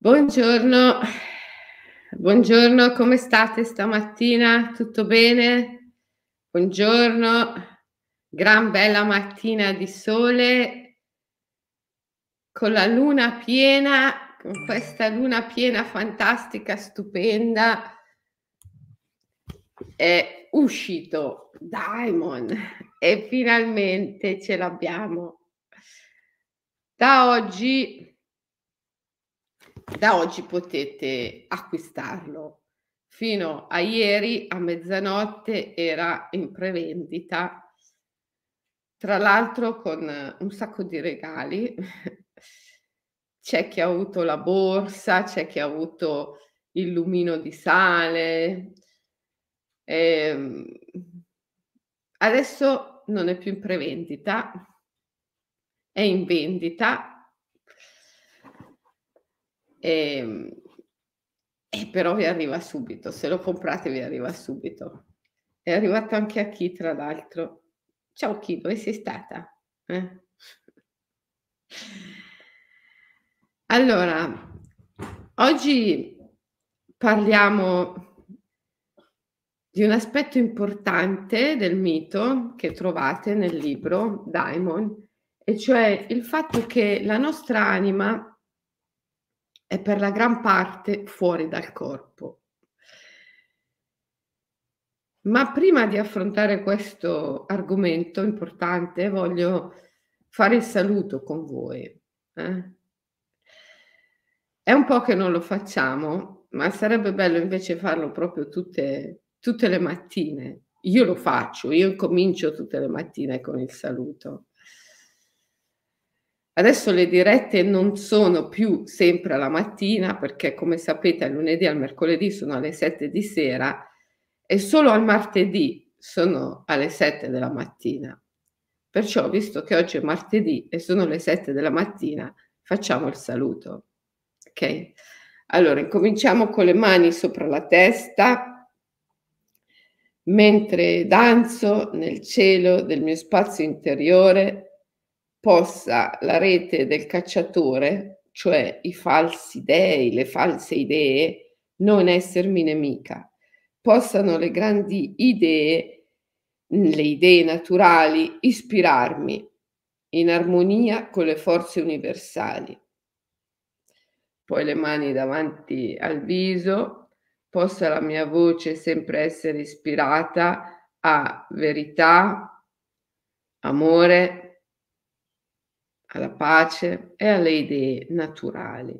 Buongiorno, buongiorno, come state stamattina? Tutto bene? Buongiorno, gran bella mattina di sole con la luna piena, con questa luna piena fantastica, stupenda. È uscito Diamond e finalmente ce l'abbiamo. Da oggi Da oggi potete acquistarlo. Fino a ieri a mezzanotte era in prevendita, tra l'altro con un sacco di regali. C'è chi ha avuto la borsa, c'è chi ha avuto il lumino di sale. Ehm, Adesso non è più in prevendita, è in vendita. Ehm, e però vi arriva subito, se lo comprate vi arriva subito. È arrivato anche a Chi, tra l'altro. Ciao Chi, dove sei stata? Eh? Allora, oggi parliamo di un aspetto importante del mito che trovate nel libro Daimon, e cioè il fatto che la nostra anima è per la gran parte fuori dal corpo. Ma prima di affrontare questo argomento importante, voglio fare il saluto con voi, eh. È un po' che non lo facciamo, ma sarebbe bello invece farlo proprio tutte le mattine. Io lo faccio, io incomincio tutte le mattine con il saluto. Adesso le dirette non sono più sempre alla mattina perché, come sapete, al lunedì al mercoledì sono alle 7 di sera e solo al martedì sono alle 7 della mattina. Perciò, visto che oggi è martedì e sono le 7 della mattina, facciamo il saluto. Okay? Allora, incominciamo con le mani sopra la testa, mentre danzo nel cielo del mio spazio interiore. Possa la rete del cacciatore, cioè i falsi dei, le false idee, non essermi nemica. Possano le grandi idee, le idee naturali, ispirarmi in armonia con le forze universali. Poi le mani davanti al viso, possa la mia voce sempre essere ispirata a verità, amore, alla pace e alle idee naturali.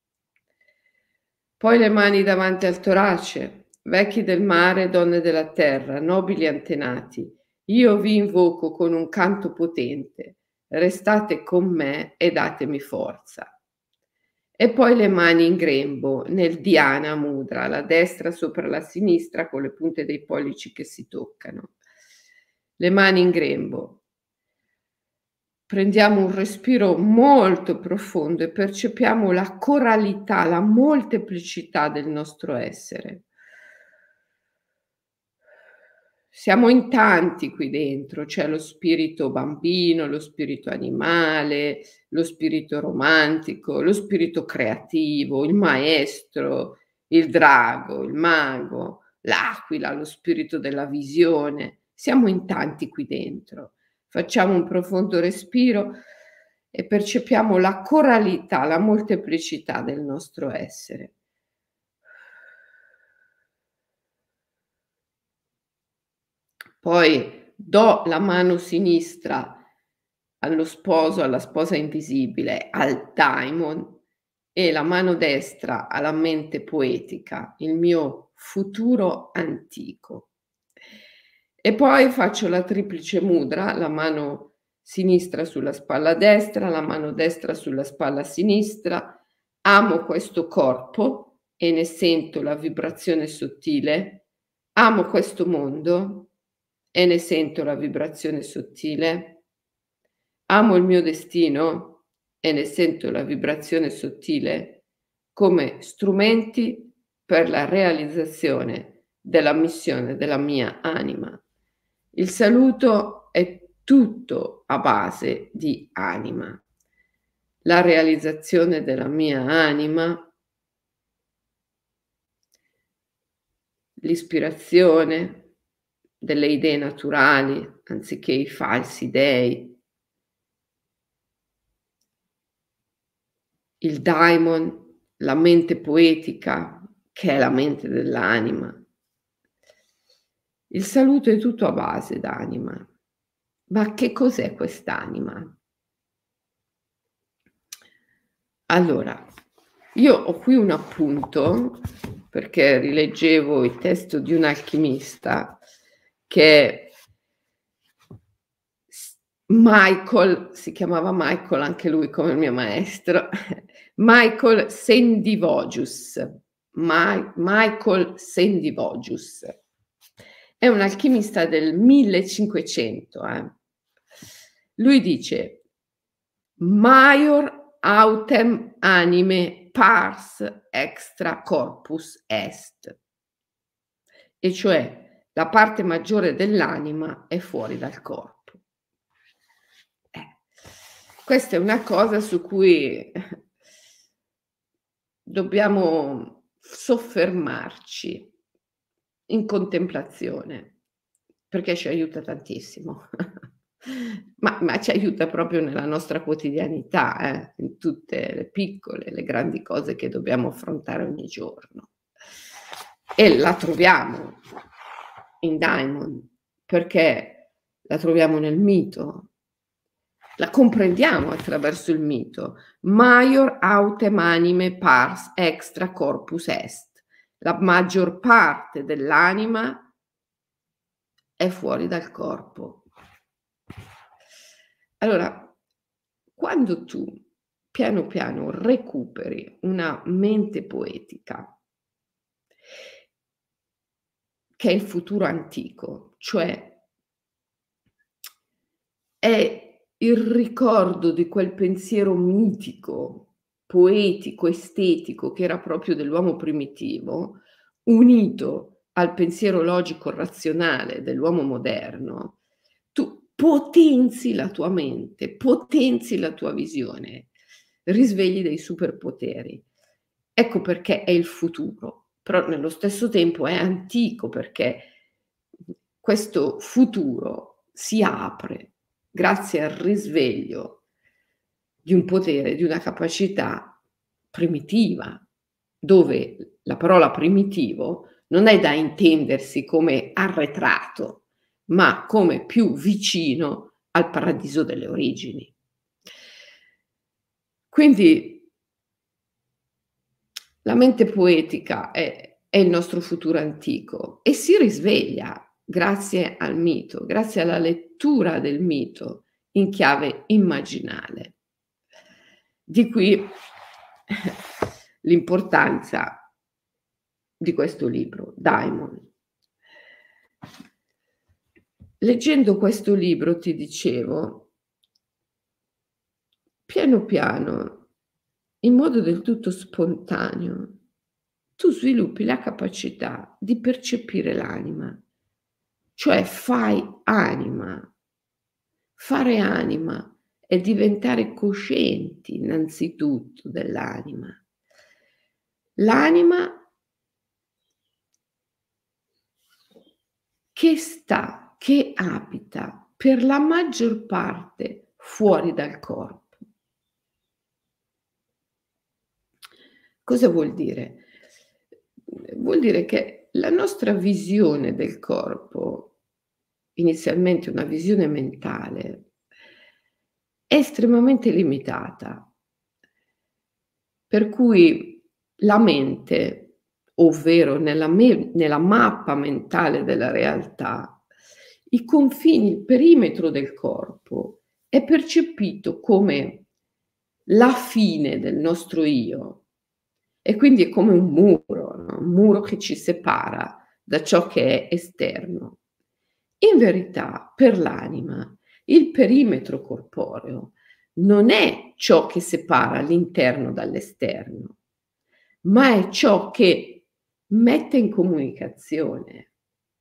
Poi le mani davanti al torace, vecchi del mare, donne della terra, nobili antenati, io vi invoco con un canto potente, restate con me e datemi forza. E poi le mani in grembo, nel Dhyana Mudra, la destra sopra la sinistra con le punte dei pollici che si toccano. Le mani in grembo. Prendiamo un respiro molto profondo e percepiamo la coralità, la molteplicità del nostro essere. Siamo in tanti qui dentro, c'è lo spirito bambino, lo spirito animale, lo spirito romantico, lo spirito creativo, il maestro, il drago, il mago, l'aquila, lo spirito della visione. Siamo in tanti qui dentro. Facciamo un profondo respiro e percepiamo la coralità, la molteplicità del nostro essere. Poi do la mano sinistra allo sposo, alla sposa invisibile, al daimon, e la mano destra alla mente poetica, il mio futuro antico. E poi faccio la triplice mudra, la mano sinistra sulla spalla destra, la mano destra sulla spalla sinistra. Amo questo corpo e ne sento la vibrazione sottile. Amo questo mondo e ne sento la vibrazione sottile. Amo il mio destino e ne sento la vibrazione sottile come strumenti per la realizzazione della missione della mia anima. Il saluto è tutto a base di anima. La realizzazione della mia anima l'ispirazione delle idee naturali anziché i falsi dei, il daimon, la mente poetica che è la mente dell'anima. Il saluto è tutto a base d'anima. Ma che cos'è quest'anima? Allora, io ho qui un appunto, perché rileggevo il testo di un alchimista che è Michael, si chiamava Michael anche lui come il mio maestro, Michael Sendivogius. Michael Sendivogius. È un alchimista del 1500, Lui dice: "Maior autem anime pars extra corpus est", e cioè la parte maggiore dell'anima è fuori dal corpo. Questa è una cosa su cui dobbiamo soffermarci in contemplazione, perché ci aiuta tantissimo. Ma ci aiuta proprio nella nostra quotidianità, in tutte le piccole, le grandi cose che dobbiamo affrontare ogni giorno. E la troviamo in Daimon, perché la troviamo nel mito, la comprendiamo attraverso il mito. Maior autem anime pars extra corpus est. La maggior parte dell'anima è fuori dal corpo. Allora, quando tu piano piano recuperi una mente poetica, che è il futuro antico, cioè è il ricordo di quel pensiero mitico, poetico, estetico, che era proprio dell'uomo primitivo, unito al pensiero logico razionale dell'uomo moderno, tu potenzi la tua mente, potenzi la tua visione, risvegli dei superpoteri. Ecco perché è il futuro, però nello stesso tempo è antico perché questo futuro si apre grazie al risveglio di un potere, di una capacità primitiva, dove la parola primitivo non è da intendersi come arretrato, ma come più vicino al paradiso delle origini. Quindi la mente poetica è il nostro futuro antico e si risveglia grazie al mito, grazie alla lettura del mito in chiave immaginale. Di qui l'importanza di questo libro, Daimon. Leggendo questo libro, ti dicevo, piano piano, in modo del tutto spontaneo, tu sviluppi la capacità di percepire l'anima, cioè fai anima. Fare anima è diventare coscienti innanzitutto dell'anima. L'anima che abita per la maggior parte fuori dal corpo. Cosa vuol dire? Vuol dire che la nostra visione del corpo, inizialmente una visione mentale, è estremamente limitata. Per cui la mente, ovvero nella mappa mentale della realtà, i confini, il perimetro del corpo è percepito come la fine del nostro io e quindi è come un muro, no? Un muro che ci separa da ciò che è esterno. In verità, per l'anima, il perimetro corporeo non è ciò che separa l'interno dall'esterno, ma è ciò che mette in comunicazione,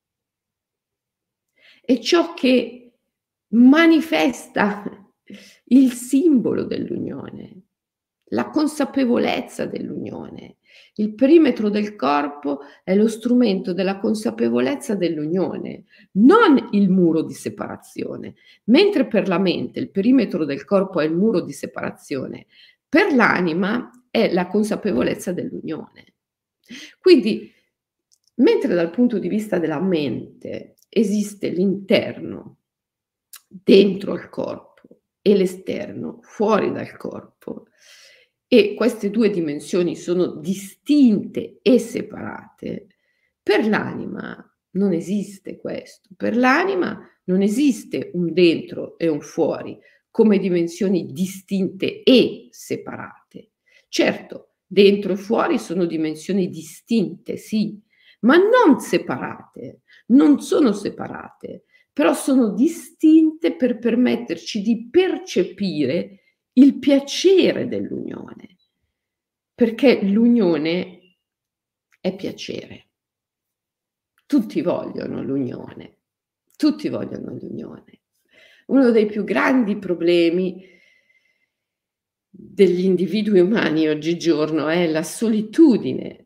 è ciò che manifesta il simbolo dell'unione. la consapevolezza dell'unione. Il perimetro del corpo è lo strumento della consapevolezza dell'unione, non il muro di separazione. Mentre per la mente il perimetro del corpo è il muro di separazione, per l'anima è la consapevolezza dell'unione. Quindi, mentre dal punto di vista della mente esiste l'interno dentro il corpo e l'esterno fuori dal corpo, e queste due dimensioni sono distinte e separate, per l'anima non esiste questo. Per l'anima non esiste un dentro e un fuori come dimensioni distinte e separate. Certo, dentro e fuori sono dimensioni distinte, sì, ma non separate, non sono separate, però sono distinte per permetterci di percepire il piacere dell'unione, perché l'unione è piacere. Tutti vogliono l'unione, tutti vogliono l'unione. Uno dei più grandi problemi degli individui umani oggigiorno è la solitudine,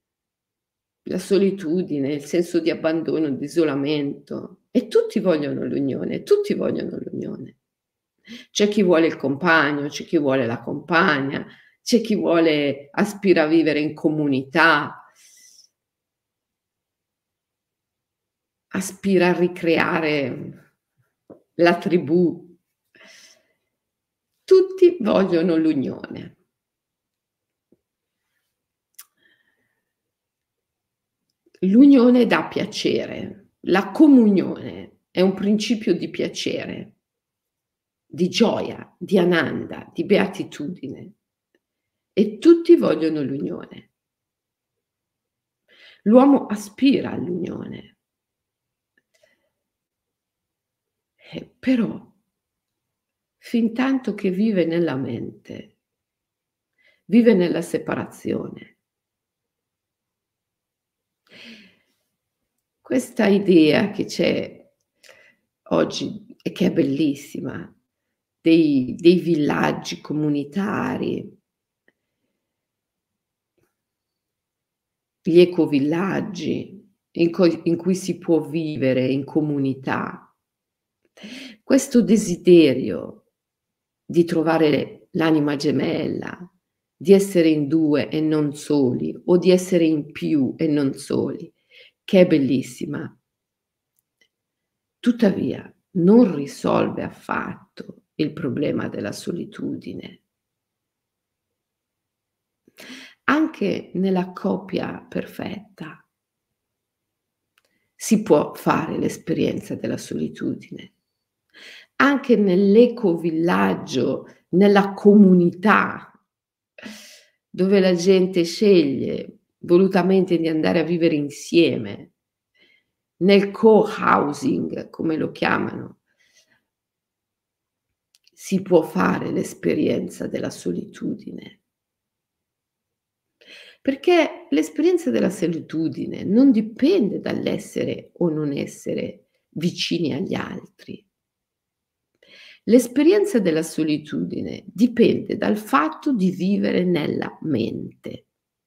il senso di abbandono, di isolamento, e tutti vogliono l'unione, tutti vogliono l'unione. C'è chi vuole il compagno, c'è chi vuole la compagna, c'è chi aspira a vivere in comunità, aspira a ricreare la tribù. Tutti vogliono l'unione. L'unione dà piacere, la comunione è un principio di piacere, di gioia, di ananda, di beatitudine, e tutti vogliono l'unione. L'uomo aspira all'unione. Però, fintanto che vive nella mente, vive nella separazione. Questa idea che c'è oggi e che è bellissima, dei villaggi comunitari, gli ecovillaggi in cui si può vivere in comunità. Questo desiderio di trovare l'anima gemella, di essere in 2 e non soli, o di essere in più e non soli, che è bellissima. Tuttavia non risolve affatto il problema della solitudine. Anche nella coppia perfetta si può fare l'esperienza della solitudine. Anche nell'ecovillaggio, nella comunità, dove la gente sceglie volutamente di andare a vivere insieme, nel co-housing, come lo chiamano, si può fare l'esperienza della solitudine. Perché l'esperienza della solitudine non dipende dall'essere o non essere vicini agli altri. L'esperienza della solitudine dipende dal fatto di vivere nella mente.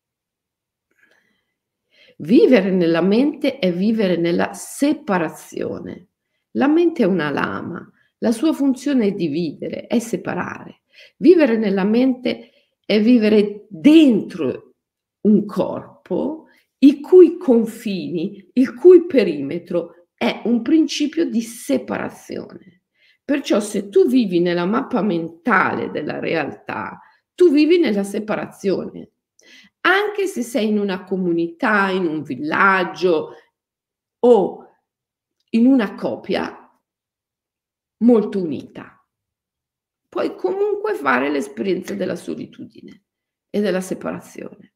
Vivere nella mente è vivere nella separazione. La mente è una lama, la sua funzione è dividere, è separare. Vivere nella mente è vivere dentro un corpo i cui confini, il cui perimetro è un principio di separazione. Perciò se tu vivi nella mappa mentale della realtà, tu vivi nella separazione. Anche se sei in una comunità, in un villaggio o in una coppia molto unita, puoi comunque fare l'esperienza della solitudine e della separazione.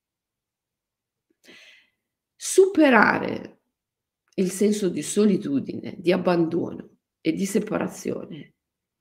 Superare il senso di solitudine, di abbandono e di separazione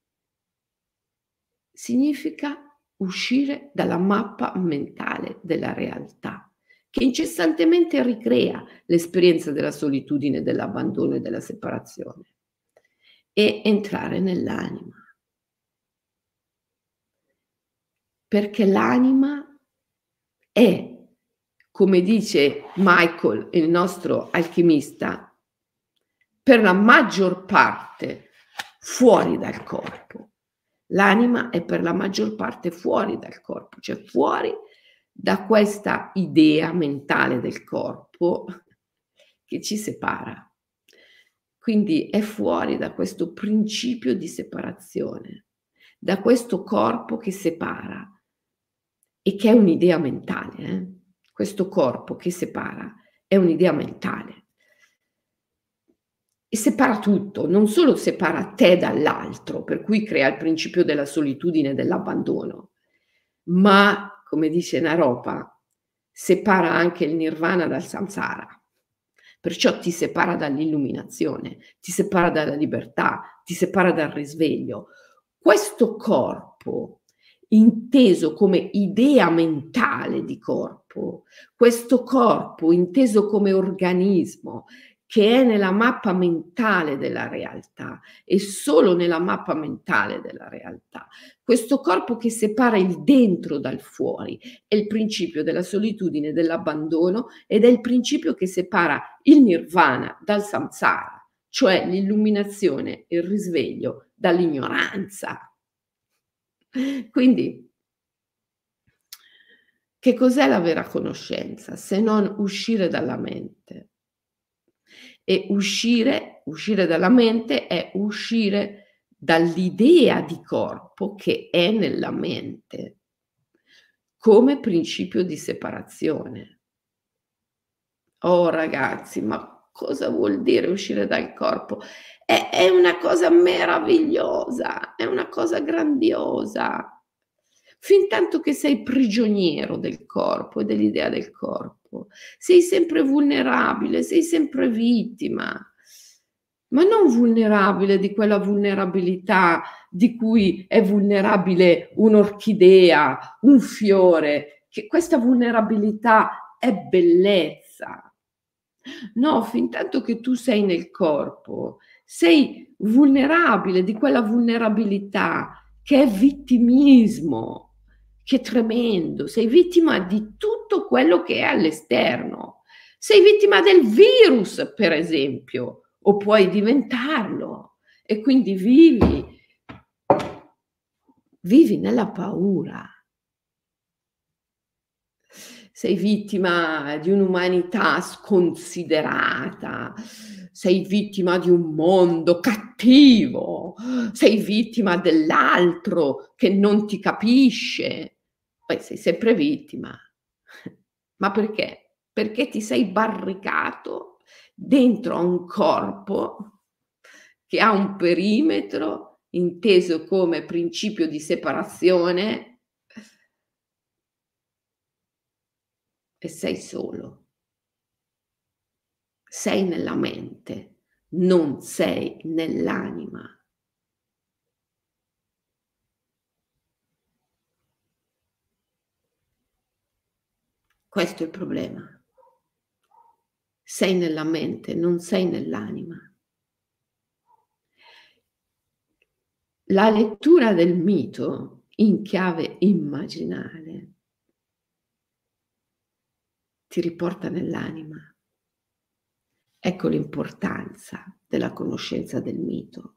significa uscire dalla mappa mentale della realtà, che incessantemente ricrea l'esperienza della solitudine, dell'abbandono e della separazione, e entrare nell'anima. perché l'anima è, come dice Michael, il nostro alchimista, per la maggior parte fuori dal corpo. L'anima è per la maggior parte fuori dal corpo, cioè fuori da questa idea mentale del corpo che ci separa. Quindi è fuori da questo principio di separazione, da questo corpo che separa e che è un'idea mentale. Questo corpo che separa è un'idea mentale. E separa tutto, non solo separa te dall'altro, per cui crea il principio della solitudine e dell'abbandono, ma, come dice Naropa, separa anche il nirvana dal samsara. Perciò ti separa dall'illuminazione, ti separa dalla libertà, ti separa dal risveglio. Questo corpo, inteso come idea mentale di corpo, questo corpo inteso come organismo, che è nella mappa mentale della realtà e solo nella mappa mentale della realtà. Questo corpo che separa il dentro dal fuori è il principio della solitudine, dell'abbandono ed è il principio che separa il nirvana dal samsara, cioè l'illuminazione, il risveglio dall'ignoranza. Quindi, che cos'è la vera conoscenza se non uscire dalla mente? E uscire dalla mente è uscire dall'idea di corpo che è nella mente, come principio di separazione. Oh ragazzi, ma cosa vuol dire uscire dal corpo? È una cosa meravigliosa, è una cosa grandiosa. Fintanto che sei prigioniero del corpo e dell'idea del corpo, sei sempre vulnerabile, sei sempre vittima, ma non vulnerabile di quella vulnerabilità di cui è vulnerabile un'orchidea, un fiore, che questa vulnerabilità è bellezza. No, fintanto che tu sei nel corpo, sei vulnerabile di quella vulnerabilità che è vittimismo, che è tremendo. Sei vittima di tutto quello che è all'esterno. Sei vittima del virus, per esempio, o puoi diventarlo. E quindi vivi nella paura. Sei vittima di un'umanità sconsiderata, sei vittima di un mondo cattivo, sei vittima dell'altro che non ti capisce. Poi sei sempre vittima. Ma perché? Perché ti sei barricato dentro a un corpo che ha un perimetro inteso come principio di separazione e sei solo. Sei nella mente, non sei nell'anima. Questo è il problema. Sei nella mente, non sei nell'anima. La lettura del mito in chiave immaginale ti riporta nell'anima. Ecco l'importanza della conoscenza del mito.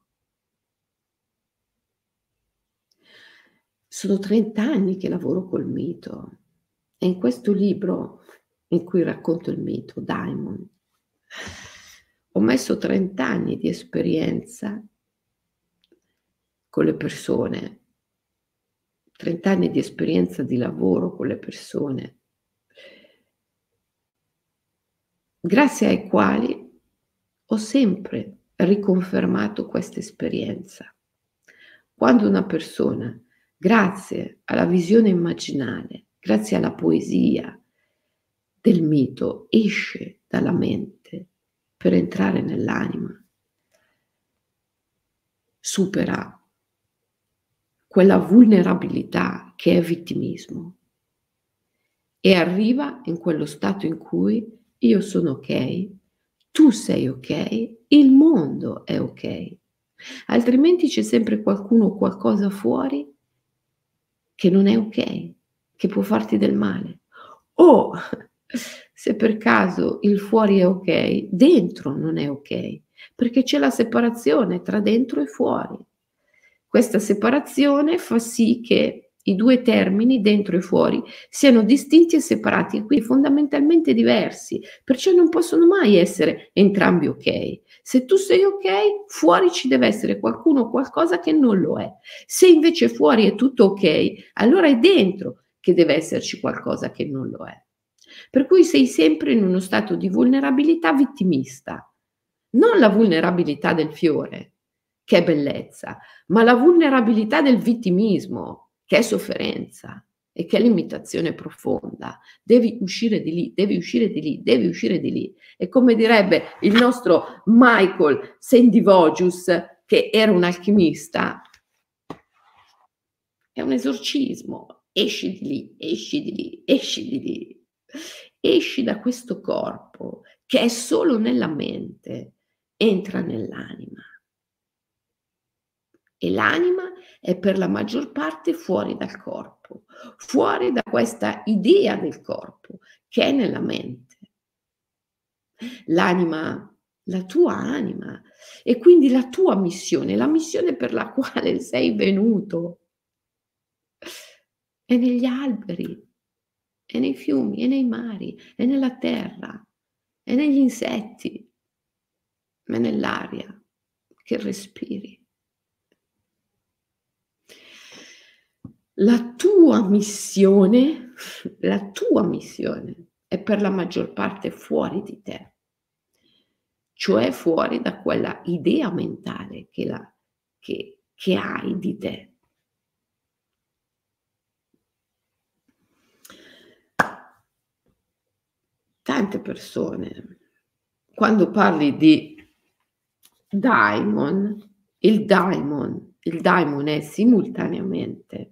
Sono 30 anni che lavoro col mito e in questo libro in cui racconto il mito, Daimon, ho messo 30 anni di esperienza con le persone, 30 anni di esperienza di lavoro con le persone, grazie ai quali ho sempre riconfermato questa esperienza. Quando una persona, grazie alla visione immaginale, grazie alla poesia del mito, esce dalla mente per entrare nell'anima, supera quella vulnerabilità che è vittimismo e arriva in quello stato in cui io sono ok, tu sei ok, il mondo è ok. Altrimenti c'è sempre qualcuno o qualcosa fuori che non è okay, che può farti del male. O se per caso il fuori è okay, dentro non è okay, perché c'è la separazione tra dentro e fuori. Questa separazione fa sì che i 2 termini, dentro e fuori, siano distinti e separati e quindi fondamentalmente diversi, perciò non possono mai essere entrambi okay. Se tu sei okay, fuori ci deve essere qualcuno o qualcosa che non lo è. Se invece fuori è tutto okay, allora è dentro che deve esserci qualcosa che non lo è. Per cui sei sempre in uno stato di vulnerabilità vittimista, non la vulnerabilità del fiore, che è bellezza, ma la vulnerabilità del vittimismo, che è sofferenza e che è limitazione profonda. Devi uscire di lì, devi uscire di lì, devi uscire di lì. E come direbbe il nostro Michael Sendivogius, che era un alchimista, è un esorcismo. Esci di lì, esci di lì, esci di lì. Esci da questo corpo che è solo nella mente, entra nell'anima. E l'anima è per la maggior parte fuori dal corpo, fuori da questa idea del corpo che è nella mente. L'anima, la tua anima e quindi la tua missione, la missione per la quale sei venuto è negli alberi, è nei fiumi, è nei mari, è nella terra, è negli insetti, è nell'aria che respiri. La tua missione è per la maggior parte fuori di te, cioè fuori da quella idea mentale che hai di te. Tante persone, quando parli di daimon, il daimon è simultaneamente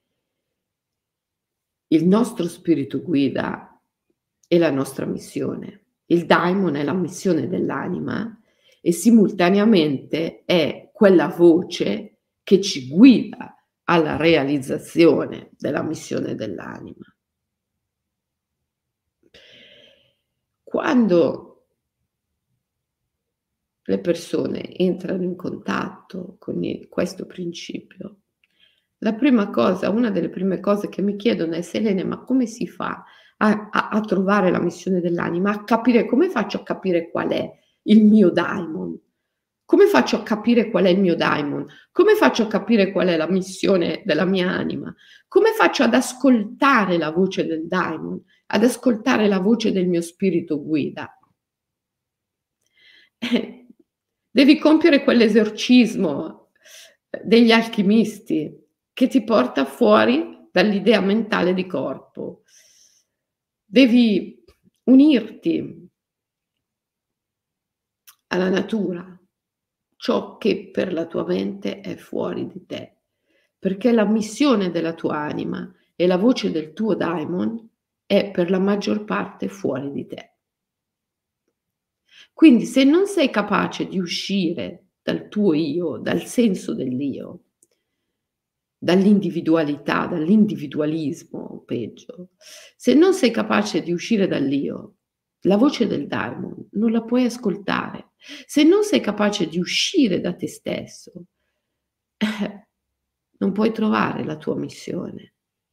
il nostro spirito guida e la nostra missione. Il daimon è la missione dell'anima e simultaneamente è quella voce che ci guida alla realizzazione della missione dell'anima. Quando le persone entrano in contatto con questo principio, la prima cosa una delle prime cose che mi chiedono è: "Selene, ma come si fa a trovare la missione dell'anima? A capire come faccio a capire qual è il mio daimon? Come faccio a capire qual è il mio daimon? Come faccio a capire qual è la missione della mia anima? Come faccio ad ascoltare la voce del daimon, ad ascoltare la voce del mio spirito guida?" Eh, devi compiere quell'esorcismo degli alchimisti che ti porta fuori dall'idea mentale di corpo. Devi unirti alla natura, ciò che per la tua mente è fuori di te, perché la missione della tua anima e la voce del tuo daimon è per la maggior parte fuori di te. Quindi se non sei capace di uscire dal tuo io, dal senso dell'io, dall'individualità, dall'individualismo o peggio, se non sei capace di uscire dall'io, la voce del daimon non la puoi ascoltare. Se non sei capace di uscire da te stesso, non puoi trovare la tua missione.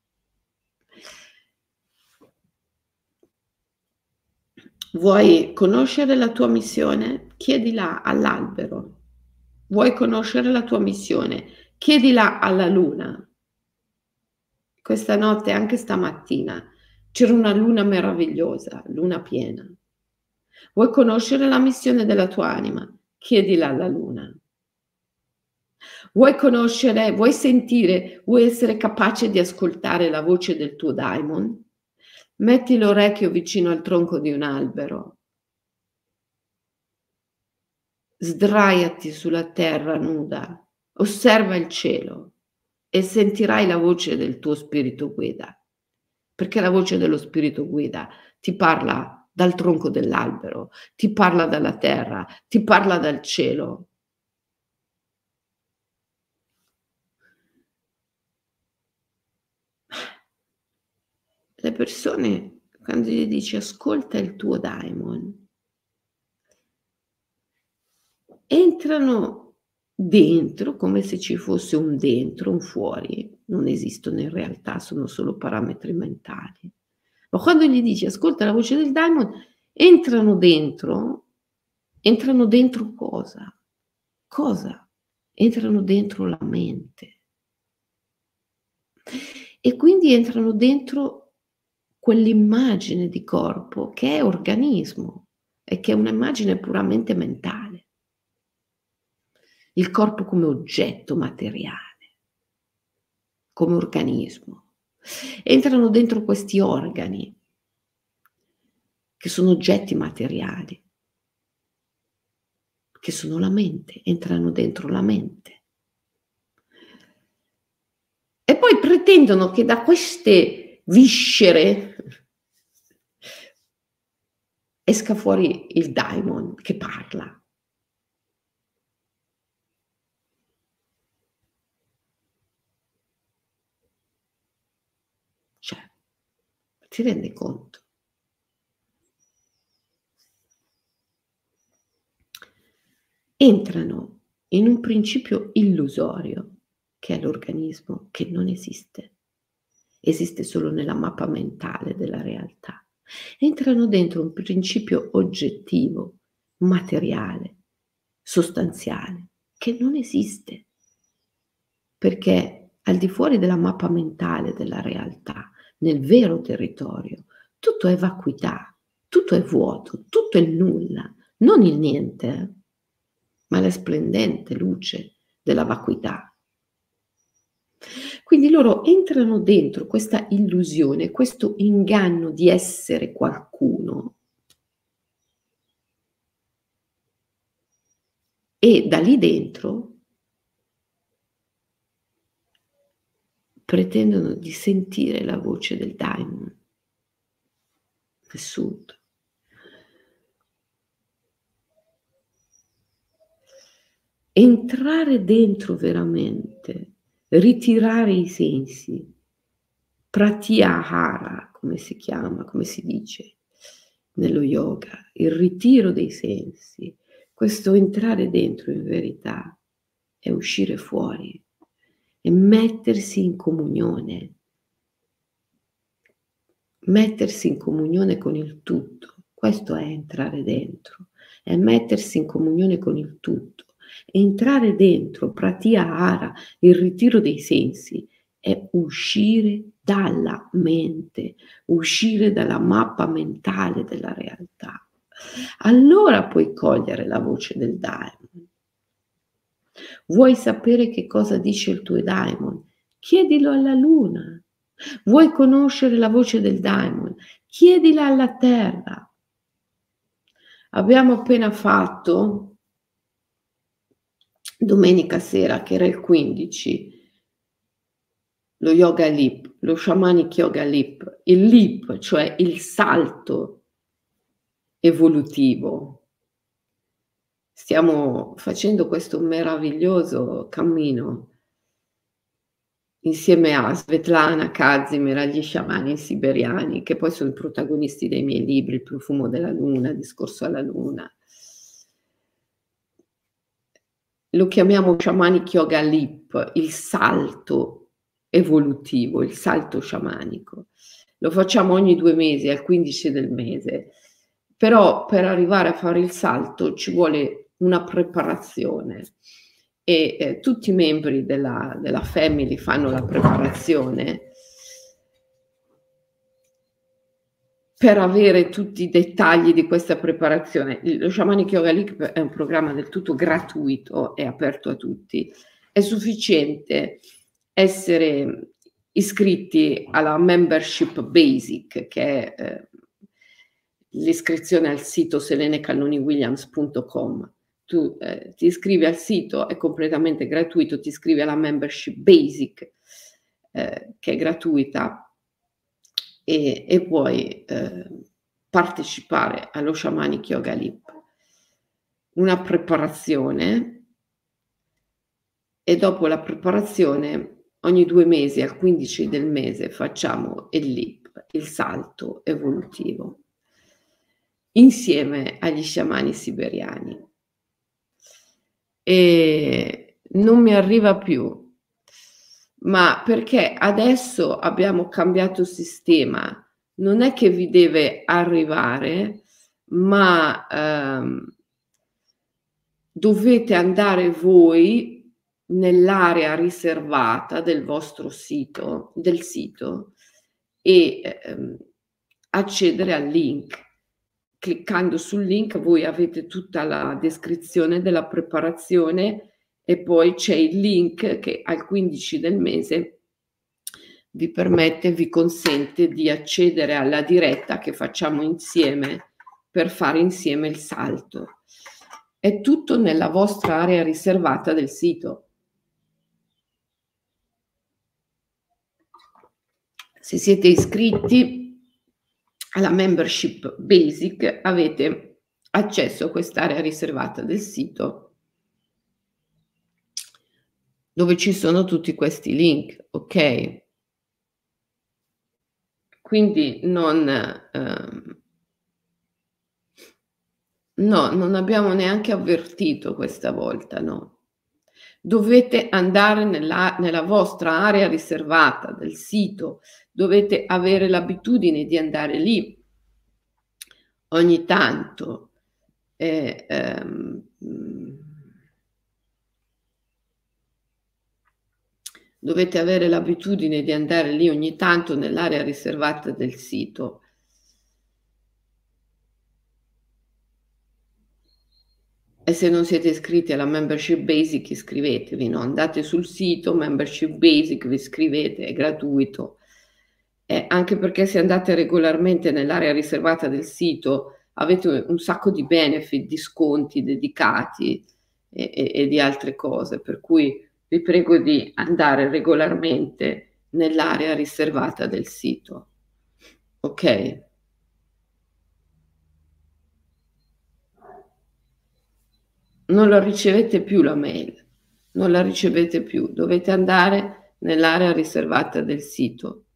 Vuoi conoscere la tua missione? Chiedila all'albero. Vuoi conoscere la tua missione? Chiedila alla luna. Questa notte, anche stamattina, c'era una luna meravigliosa, luna piena. Vuoi conoscere la missione della tua anima? Chiedila alla luna. Vuoi sentire, vuoi essere capace di ascoltare la voce del tuo daimon? Metti l'orecchio vicino al tronco di un albero. Sdraiati sulla terra nuda, osserva il cielo e sentirai la voce del tuo spirito guida, perché la voce dello spirito guida ti parla dal tronco dell'albero, ti parla dalla terra, ti parla dal cielo. le persone quando gli dici: "Ascolta il tuo daimon", entrano dentro come se ci fosse un dentro, un fuori. Non esistono in realtà, sono solo parametri mentali. Ma quando gli dici: "Ascolta la voce del daimon", entrano dentro cosa? Cosa? Entrano dentro la mente. E quindi entrano dentro quell'immagine di corpo che è organismo e che è un'immagine puramente mentale. Il corpo come oggetto materiale, come organismo. Entrano dentro questi organi che sono oggetti materiali, che sono la mente, entrano dentro la mente. E poi pretendono che da queste viscere esca fuori il daimon che parla. Cioè, ti rendi conto? Entrano in un principio illusorio, che è l'organismo, che non esiste. Esiste solo nella mappa mentale della realtà. Entrano dentro un principio oggettivo, materiale, sostanziale, che non esiste, perché al di fuori della mappa mentale della realtà, nel vero territorio, tutto è vacuità, tutto è vuoto, tutto è il nulla, non il niente, ma la splendente luce della vacuità. Quindi loro entrano dentro questa illusione, questo inganno di essere qualcuno e da lì dentro pretendono di sentire la voce del daimon. Assurdo. Entrare dentro veramente, ritirare i sensi, pratyahara come si chiama, come si dice nello yoga, il ritiro dei sensi, questo entrare dentro in verità e uscire fuori e mettersi in comunione con il tutto. Questo è entrare dentro, è mettersi in comunione con il tutto. Entrare dentro, pratyahara, il ritiro dei sensi, è uscire dalla mente, uscire dalla mappa mentale della realtà. Allora puoi cogliere la voce del daimon. Vuoi sapere che cosa dice il tuo daimon? Chiedilo alla luna. Vuoi conoscere la voce del daimon? Chiedila alla terra. Abbiamo appena fatto, domenica sera, che era il 15, lo yoga leap, lo shamanic yoga leap, il leap, cioè il salto evolutivo. Stiamo facendo questo meraviglioso cammino insieme a Svetlana Kazimir, agli sciamani siberiani, che poi sono i protagonisti dei miei libri, Il profumo della luna, Discorso alla luna. Lo chiamiamo shamanic yoga leap, il salto evolutivo, il salto sciamanico. Lo facciamo ogni 2 mesi, al 15 del mese. Però per arrivare a fare il salto ci vuole una preparazione e, tutti i membri della family fanno la preparazione per avere tutti i dettagli di questa preparazione. Lo Shamanic Yoga League è un programma del tutto gratuito e aperto a tutti. È sufficiente essere iscritti alla membership basic, che è l'iscrizione al sito selenecannoniwilliams.com. Tu ti iscrivi al sito, è completamente gratuito, ti iscrivi alla membership basic, che è gratuita, e puoi partecipare allo Shamanic Yoga Leap. Una preparazione e dopo la preparazione ogni 2 mesi, al 15 del mese, facciamo il leap. il salto evolutivo, insieme agli sciamani siberiani. E non mi arriva più, ma perché adesso abbiamo cambiato sistema. Non è che vi deve arrivare, ma dovete andare voi nell'area riservata del vostro sito e accedere al link. Cliccando sul link voi avete tutta la descrizione della preparazione e poi c'è il link che al 15 del mese vi consente di accedere alla diretta che facciamo insieme per fare insieme il salto. È tutto nella vostra area riservata del sito. Se siete iscritti alla membership basic avete accesso a quest'area riservata del sito dove ci sono tutti questi link, ok? Quindi non abbiamo neanche avvertito questa volta, no. Dovete andare nella vostra area riservata del sito, dovete avere l'abitudine di andare lì ogni tanto. Dovete avere l'abitudine di andare lì ogni tanto nell'area riservata del sito. E se non siete iscritti alla membership basic iscrivetevi, no? Andate sul sito membership basic, vi iscrivete, è gratuito. Anche perché se andate regolarmente nell'area riservata del sito avete un sacco di benefit, di sconti dedicati e di altre cose, per cui vi prego di andare regolarmente nell'area riservata del sito. Ok? Non la ricevete più la mail, non la ricevete più, dovete andare nell'area riservata del sito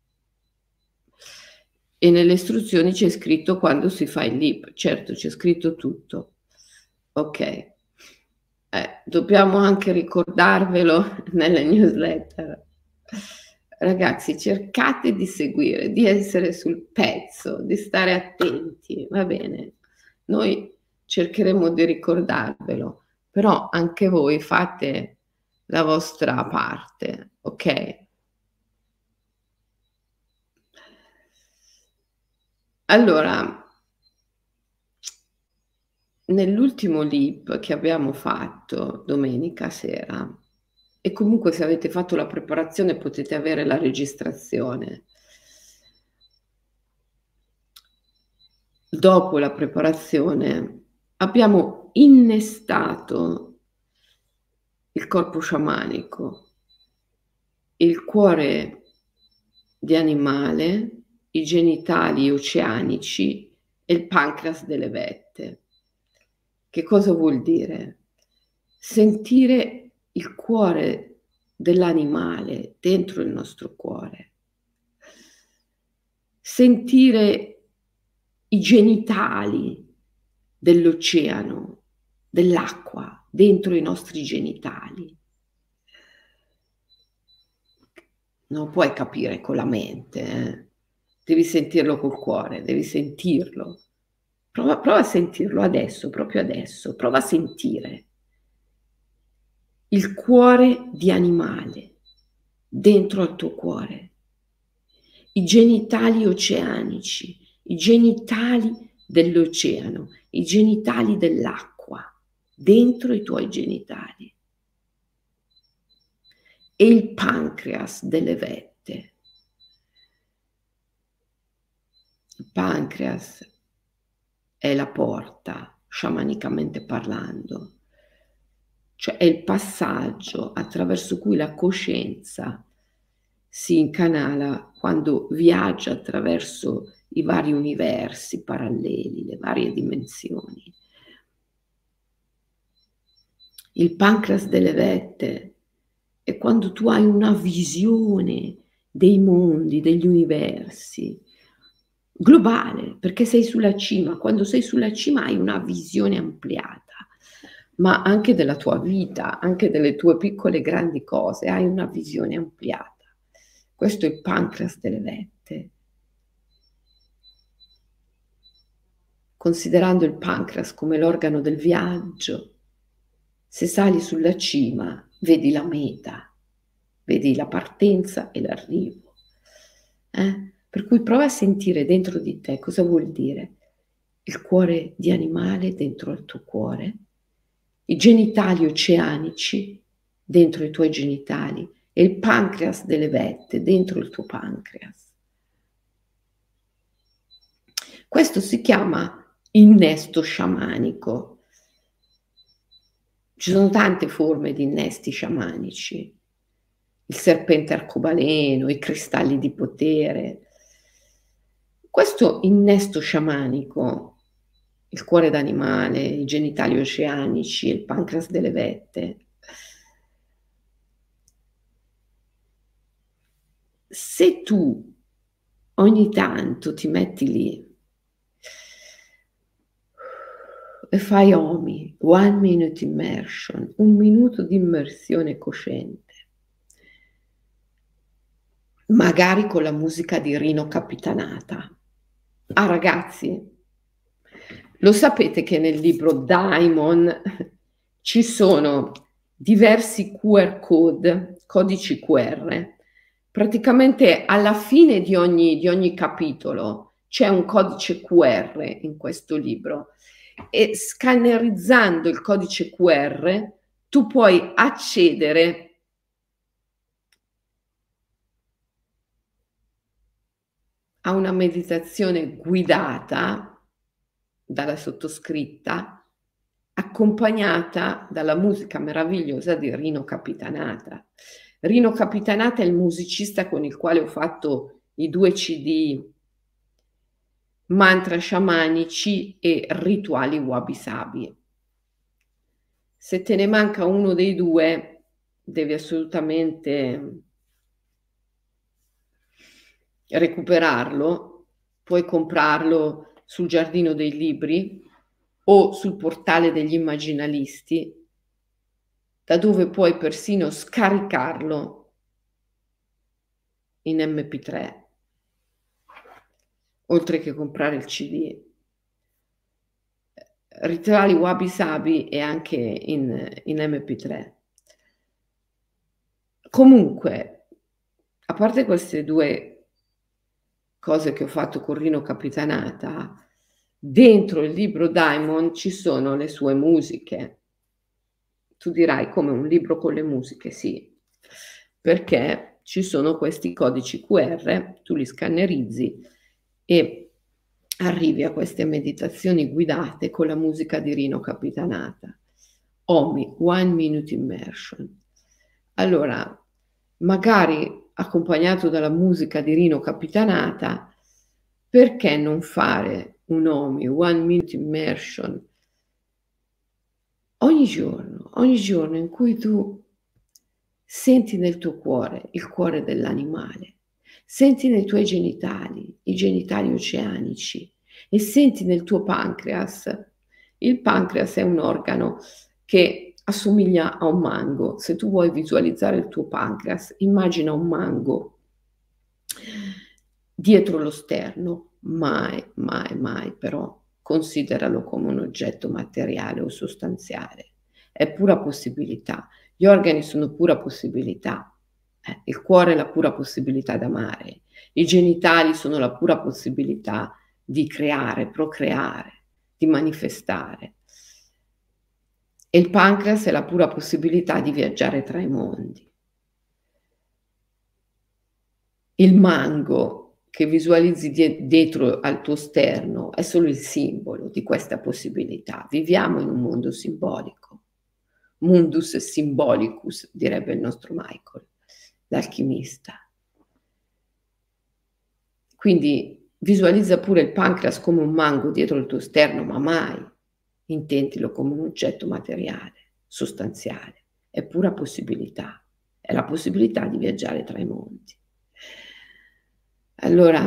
e nelle istruzioni c'è scritto quando si fa il LIP, certo c'è scritto tutto, ok. Dobbiamo anche ricordarvelo nelle newsletter. Ragazzi, cercate di seguire, di essere sul pezzo, di stare attenti, va bene? Noi cercheremo di ricordarvelo, però anche voi fate la vostra parte, ok? Allora, nell'ultimo LIP che abbiamo fatto domenica sera, e comunque se avete fatto la preparazione potete avere la registrazione. Dopo la preparazione abbiamo innestato il corpo sciamanico, il cuore di animale, i genitali oceanici e il pancreas delle vette. Che cosa vuol dire? Sentire il cuore dell'animale dentro il nostro cuore, sentire i genitali dell'oceano, dell'acqua dentro i nostri genitali. Non puoi capire con la mente, devi sentirlo col cuore, devi sentirlo. Prova a sentirlo adesso, proprio adesso, prova a sentire il cuore di animale dentro al tuo cuore, i genitali oceanici, i genitali dell'oceano, i genitali dell'acqua, dentro i tuoi genitali. E il pancreas delle vette. Il pancreas è la porta, sciamanicamente parlando, cioè è il passaggio attraverso cui la coscienza si incanala quando viaggia attraverso i vari universi paralleli, le varie dimensioni. Il pancreas delle vette è quando tu hai una visione dei mondi, degli universi, globale, perché sei sulla cima. Quando sei sulla cima hai una visione ampliata, ma anche della tua vita, anche delle tue piccole e grandi cose, hai una visione ampliata. Questo è il pancreas delle vette. Considerando il pancreas come l'organo del viaggio, se sali sulla cima, vedi la meta, vedi la partenza e l'arrivo. Per cui prova a sentire dentro di te cosa vuol dire il cuore di animale dentro il tuo cuore, i genitali oceanici dentro i tuoi genitali e il pancreas delle vette dentro il tuo pancreas. Questo si chiama innesto sciamanico. Ci sono tante forme di innesti sciamanici, il serpente arcobaleno, i cristalli di potere. Questo innesto sciamanico, il cuore d'animale, i genitali oceanici, il pancreas delle vette, se tu ogni tanto ti metti lì e fai OMI, 1 minute immersion, 1 minuto di immersione cosciente, magari con la musica di Rino Capitanata. Ah ragazzi, lo sapete che nel libro Daimon ci sono diversi QR code, codici QR. Praticamente alla fine di ogni capitolo c'è un codice QR in questo libro e scannerizzando il codice QR tu puoi accedere a una meditazione guidata dalla sottoscritta, accompagnata dalla musica meravigliosa di Rino Capitanata. Rino Capitanata è il musicista con il quale ho fatto i 2 CD Mantra sciamanici e rituali wabi sabi. Se te ne manca uno dei 2, devi assolutamente recuperarlo. Puoi comprarlo sul Giardino dei Libri o sul portale degli immaginalisti, da dove puoi persino scaricarlo in MP3, oltre che comprare il CD. Rituali Wabi Sabi e anche in MP3. Comunque, a parte queste 2 cose che ho fatto con Rino Capitanata, dentro il libro Daimon ci sono le sue musiche. Tu dirai: come un libro con le musiche? Sì, perché ci sono questi codici QR, tu li scannerizzi e arrivi a queste meditazioni guidate con la musica di Rino Capitanata. OMI, 1 minute immersion. Allora, magari accompagnato dalla musica di Rino Capitanata, perché non fare un OMI, 1 minute immersion, ogni giorno in cui tu senti nel tuo cuore il cuore dell'animale, senti nei tuoi genitali, i genitali oceanici e senti nel tuo pancreas. Il pancreas è un organo che assomiglia a un mango. Se tu vuoi visualizzare il tuo pancreas, immagina un mango dietro lo sterno. Mai, mai, mai però consideralo come un oggetto materiale o sostanziale. È pura possibilità. Gli organi sono pura possibilità. Il cuore è la pura possibilità d'amare. I genitali sono la pura possibilità di creare, procreare, di manifestare. E il pancreas è la pura possibilità di viaggiare tra i mondi. Il mango che visualizzi dietro al tuo sterno è solo il simbolo di questa possibilità. Viviamo in un mondo simbolico. Mundus symbolicus, direbbe il nostro Michael, l'alchimista. Quindi visualizza pure il pancreas come un mango dietro il tuo sterno, ma mai intendilo come un oggetto materiale, sostanziale. È pura possibilità, è la possibilità di viaggiare tra i mondi. Allora,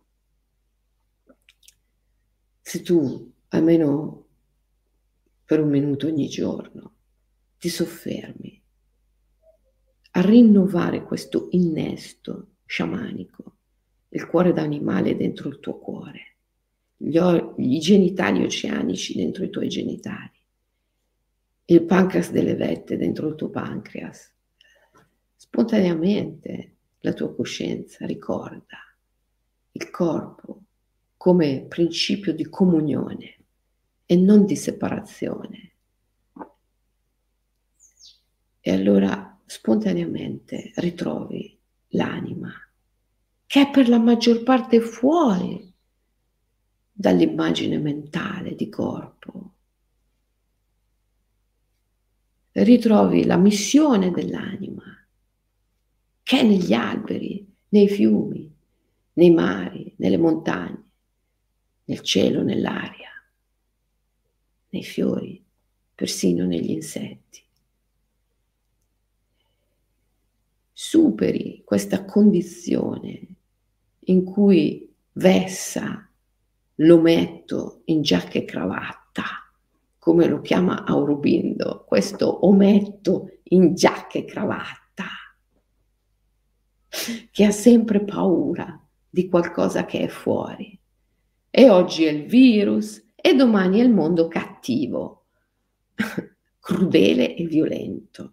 se tu almeno per 1 minuto ogni giorno ti soffermi a rinnovare questo innesto sciamanico, il cuore d'animale dentro il tuo cuore, gli genitali oceanici dentro i tuoi genitali, il pancreas delle vette dentro il tuo pancreas. Spontaneamente la tua coscienza ricorda il corpo come principio di comunione e non di separazione. E allora spontaneamente ritrovi l'anima, che è per la maggior parte fuori dall'immagine mentale di corpo. Ritrovi la missione dell'anima, che è negli alberi, nei fiumi, nei mari, nelle montagne, nel cielo, nell'aria, nei fiori, persino negli insetti. Superi questa condizione in cui vessa l'ometto in giacca e cravatta, come lo chiama Aurobindo, questo ometto in giacca e cravatta, che ha sempre paura di qualcosa che è fuori. E oggi è il virus e domani è il mondo cattivo, crudele e violento.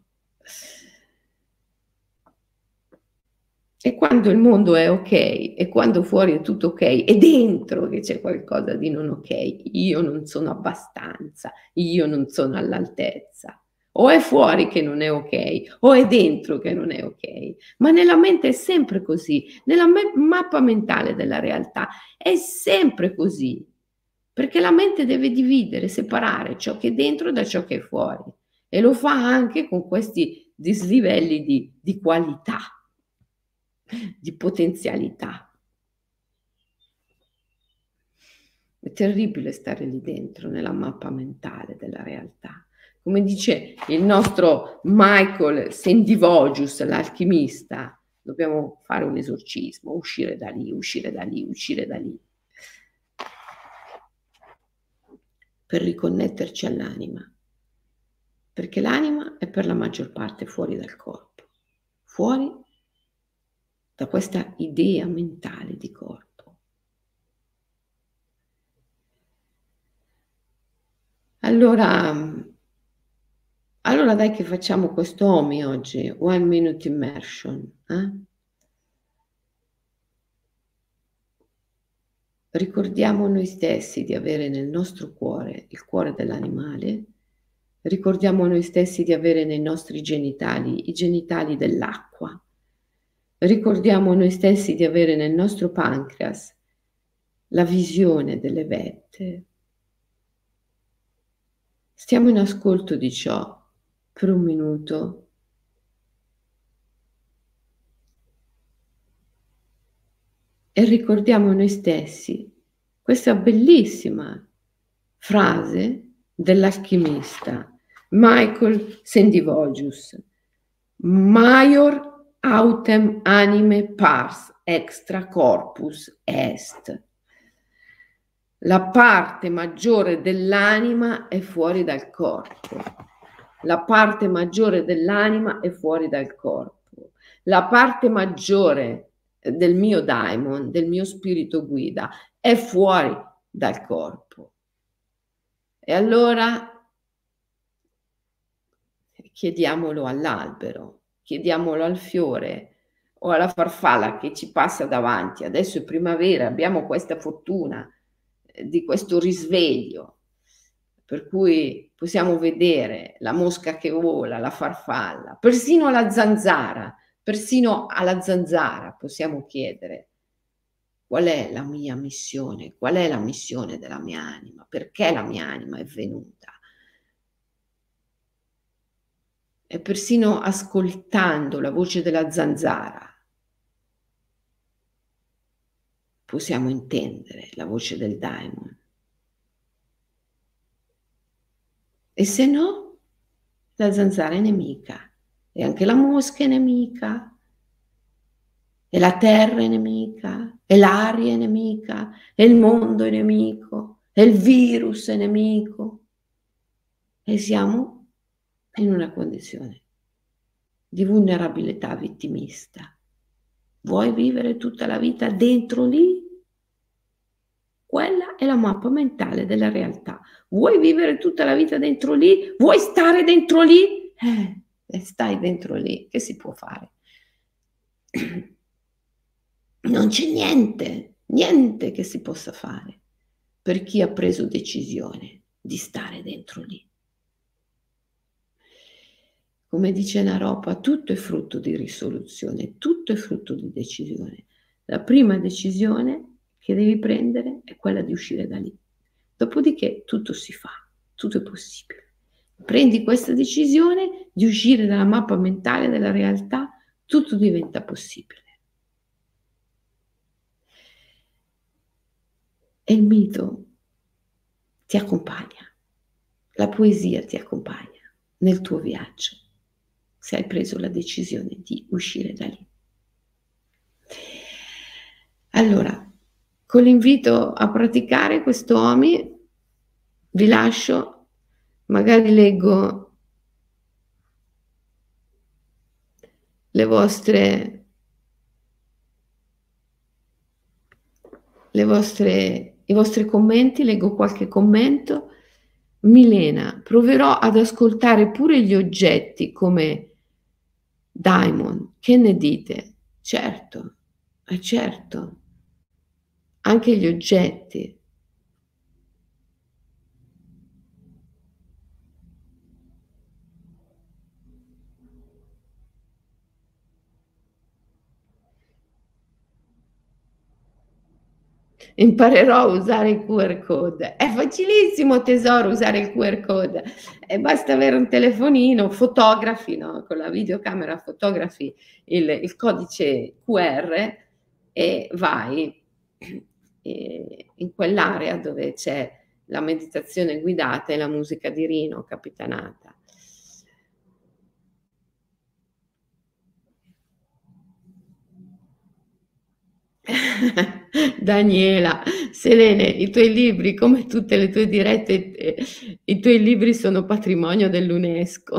E quando il mondo è okay, e quando fuori è tutto okay, è dentro che c'è qualcosa di non okay. Io non sono abbastanza, io non sono all'altezza. O è fuori che non è okay, o è dentro che non è okay. Ma nella mente è sempre così, nella mappa mentale della realtà è sempre così, perché la mente deve dividere, separare ciò che è dentro da ciò che è fuori e lo fa anche con questi dislivelli di qualità, di potenzialità. È terribile stare lì dentro, nella mappa mentale della realtà. Come dice il nostro Michael Sendivogius, l'alchimista, dobbiamo fare un esorcismo, uscire da lì, uscire da lì, uscire da lì, per riconnetterci all'anima. Perché l'anima è per la maggior parte fuori dal corpo, fuori da questa idea mentale di corpo. Allora dai che facciamo questo OMI oggi, 1 minute immersion, Ricordiamo noi stessi di avere nel nostro cuore il cuore dell'animale, ricordiamo noi stessi di avere nei nostri genitali i genitali dell'acqua, ricordiamo noi stessi di avere nel nostro pancreas la visione delle vette. Stiamo in ascolto di ciò per 1 minuto. E ricordiamo noi stessi questa bellissima frase dell'alchimista Michael Sendivogius: Maior autem anime pars extra corpus est. La parte maggiore dell'anima è fuori dal corpo. La parte maggiore dell'anima è fuori dal corpo. La parte maggiore del mio daimon, del mio spirito guida, è fuori dal corpo. E allora chiediamolo all'albero, chiediamolo al fiore o alla farfalla che ci passa davanti. Adesso è primavera, abbiamo questa fortuna di questo risveglio, per cui possiamo vedere la mosca che vola, la farfalla, persino la zanzara, persino alla zanzara possiamo chiedere: qual è la mia missione? Qual è la missione della mia anima? Perché la mia anima è venuta? E persino ascoltando la voce della zanzara possiamo intendere la voce del daimon. E se no, la zanzara è nemica e anche la mosca è nemica. e la terra è nemica, e l'aria è nemica, e il mondo è nemico, e il virus è nemico. E siamo in una condizione di vulnerabilità vittimista. Vuoi vivere tutta la vita dentro lì? Quella è la mappa mentale della realtà. Vuoi vivere tutta la vita dentro lì? Vuoi stare dentro lì? E stai dentro lì. Che si può fare? Non c'è niente, niente che si possa fare per chi ha preso decisione di stare dentro lì. Come dice Naropa, tutto è frutto di risoluzione, tutto è frutto di decisione. La prima decisione che devi prendere è quella di uscire da lì. Dopodiché tutto si fa, tutto è possibile. Prendi questa decisione di uscire dalla mappa mentale della realtà, tutto diventa possibile. E il mito ti accompagna, la poesia ti accompagna nel tuo viaggio, se hai preso la decisione di uscire da lì. Allora, con l'invito a praticare questo OMI, vi lascio, magari leggo le vostre i vostri commenti, leggo qualche commento. Milena, proverò ad ascoltare pure gli oggetti come Diamond, che ne dite? Certo, certo, anche gli oggetti. Imparerò a usare il QR code. È facilissimo tesoro usare il QR code e basta avere un telefonino, fotografi, no, con la videocamera fotografi il codice QR e vai in quell'area dove c'è la meditazione guidata e la musica di Rino Capitanata. Daniela, Selene, i tuoi libri, come tutte le tue dirette, i tuoi libri sono patrimonio dell'UNESCO.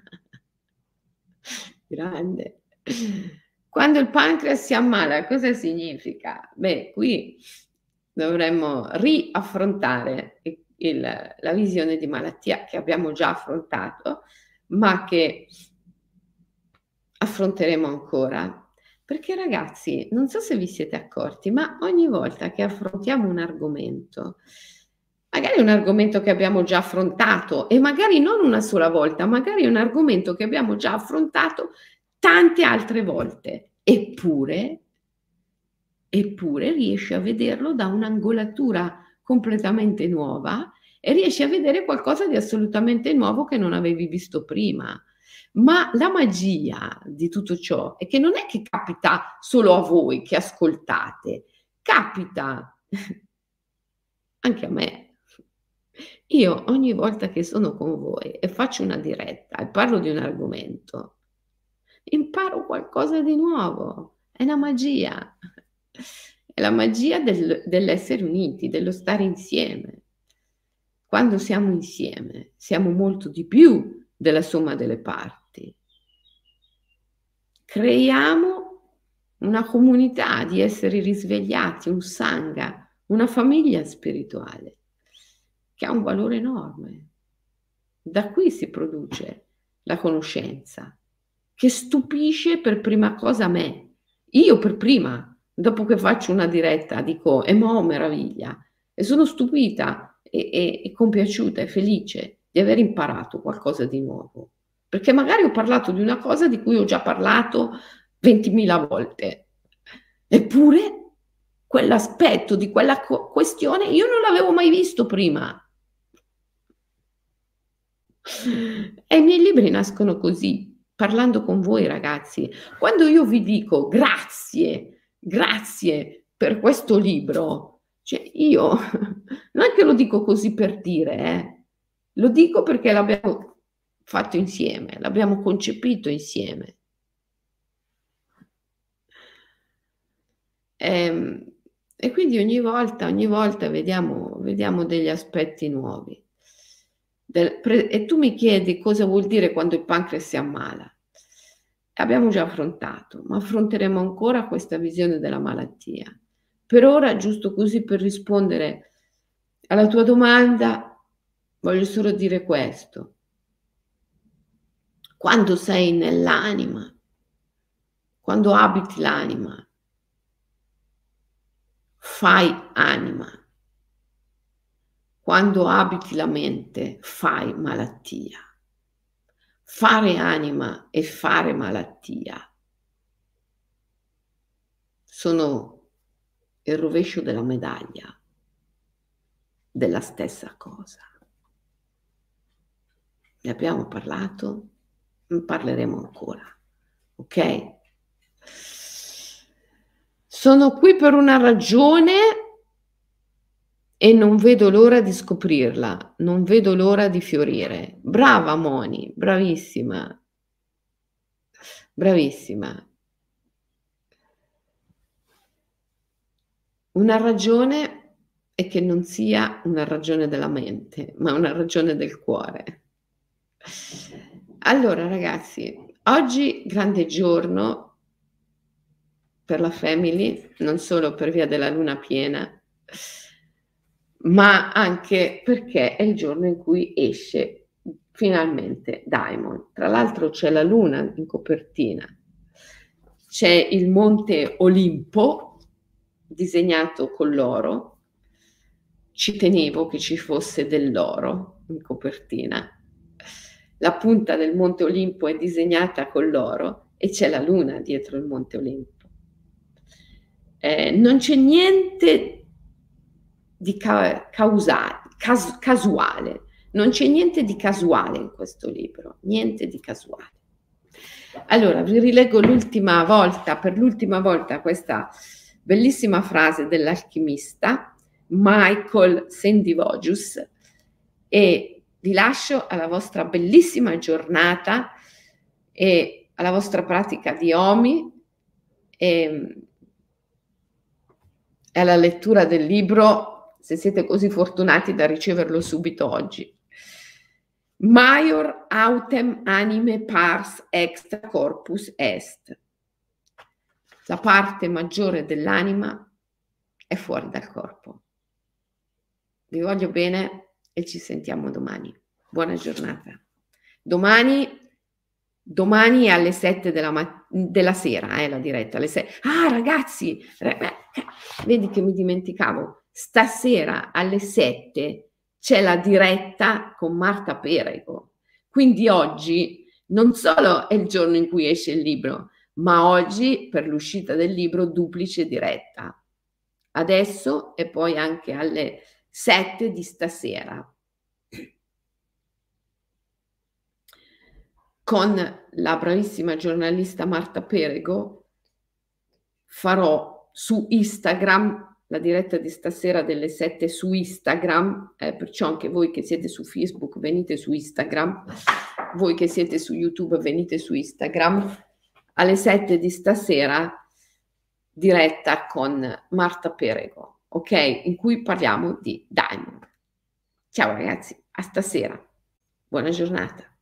Grande. Quando il pancreas si ammala, cosa significa? Beh, qui dovremmo riaffrontare la visione di malattia che abbiamo già affrontato, ma che affronteremo ancora. Perché ragazzi, non so se vi siete accorti, ma ogni volta che affrontiamo un argomento, magari un argomento che abbiamo già affrontato e magari non una sola volta, magari un argomento che abbiamo già affrontato tante altre volte, eppure riesci a vederlo da un'angolatura completamente nuova e riesci a vedere qualcosa di assolutamente nuovo che non avevi visto prima. Ma la magia di tutto ciò è che non è che capita solo a voi che ascoltate, capita anche a me. Io ogni volta che sono con voi e faccio una diretta e parlo di un argomento, imparo qualcosa di nuovo. È una magia. È la magia dell'essere uniti, dello stare insieme. Quando siamo insieme, siamo molto di più della somma delle parti. Creiamo una comunità di esseri risvegliati, un sangha, una famiglia spirituale che ha un valore enorme. Da qui si produce la conoscenza, che stupisce per prima cosa me. Io per prima, dopo che faccio una diretta, dico, mo meraviglia, e sono stupita e compiaciuta e felice di aver imparato qualcosa di nuovo. Perché magari ho parlato di una cosa di cui ho già parlato 20.000 volte, eppure quell'aspetto di quella questione io non l'avevo mai visto prima. E i miei libri nascono così, parlando con voi ragazzi. Quando io vi dico grazie, grazie per questo libro, cioè io non è che lo dico così per dire, lo dico perché l'abbiamo fatto insieme, l'abbiamo concepito insieme. Ehm, e quindi ogni volta vediamo degli aspetti nuovi. E tu mi chiedi cosa vuol dire quando il pancreas si ammala. Abbiamo già affrontato, ma affronteremo ancora questa visione della malattia. Per ora, giusto così per rispondere alla tua domanda, voglio solo dire questo: quando sei nell'anima, quando abiti l'anima, fai anima. Quando abiti la mente, fai malattia. Fare anima e fare malattia sono il rovescio della medaglia della stessa cosa. Ne abbiamo parlato, ne parleremo ancora, ok? Sono qui per una ragione e non vedo l'ora di scoprirla, non vedo l'ora di fiorire. Brava Moni, bravissima, bravissima. Una ragione è che non sia una ragione della mente, ma una ragione del cuore. Allora ragazzi, oggi grande giorno per la family, non solo per via della luna piena, ma anche perché è il giorno in cui esce finalmente Diamond. Tra l'altro c'è la luna in copertina, c'è il monte Olimpo disegnato con l'oro. Ci tenevo che ci fosse dell'oro in copertina. La punta del monte Olimpo è disegnata con l'oro e c'è la luna dietro il monte Olimpo. Non c'è niente di casuale, non c'è niente di casuale in questo libro, niente di casuale. Allora, vi rileggo per l'ultima volta questa bellissima frase dell'alchimista Michael Sendivogius e vi lascio alla vostra bellissima giornata e alla vostra pratica di OMI e alla lettura del libro, se siete così fortunati da riceverlo subito oggi. Maior autem anime pars extra corpus est. La parte maggiore dell'anima è fuori dal corpo. Vi voglio bene e ci sentiamo domani. Buona giornata. Domani alle 7 della sera, la diretta. Alle 6. Ah, ragazzi, vedi che mi dimenticavo. Stasera alle 7 c'è la diretta con Marta Perego. Quindi oggi non solo è il giorno in cui esce il libro, ma oggi per l'uscita del libro duplice diretta. Adesso e poi anche alle 7 di stasera. Con la bravissima giornalista Marta Perego farò su Instagram la diretta di stasera delle 7 su Instagram, perciò anche voi che siete su Facebook venite su Instagram, voi che siete su YouTube venite su Instagram, alle 7 di stasera diretta con Marta Perego, ok? In cui parliamo di Diamond. Ciao ragazzi, a stasera, buona giornata.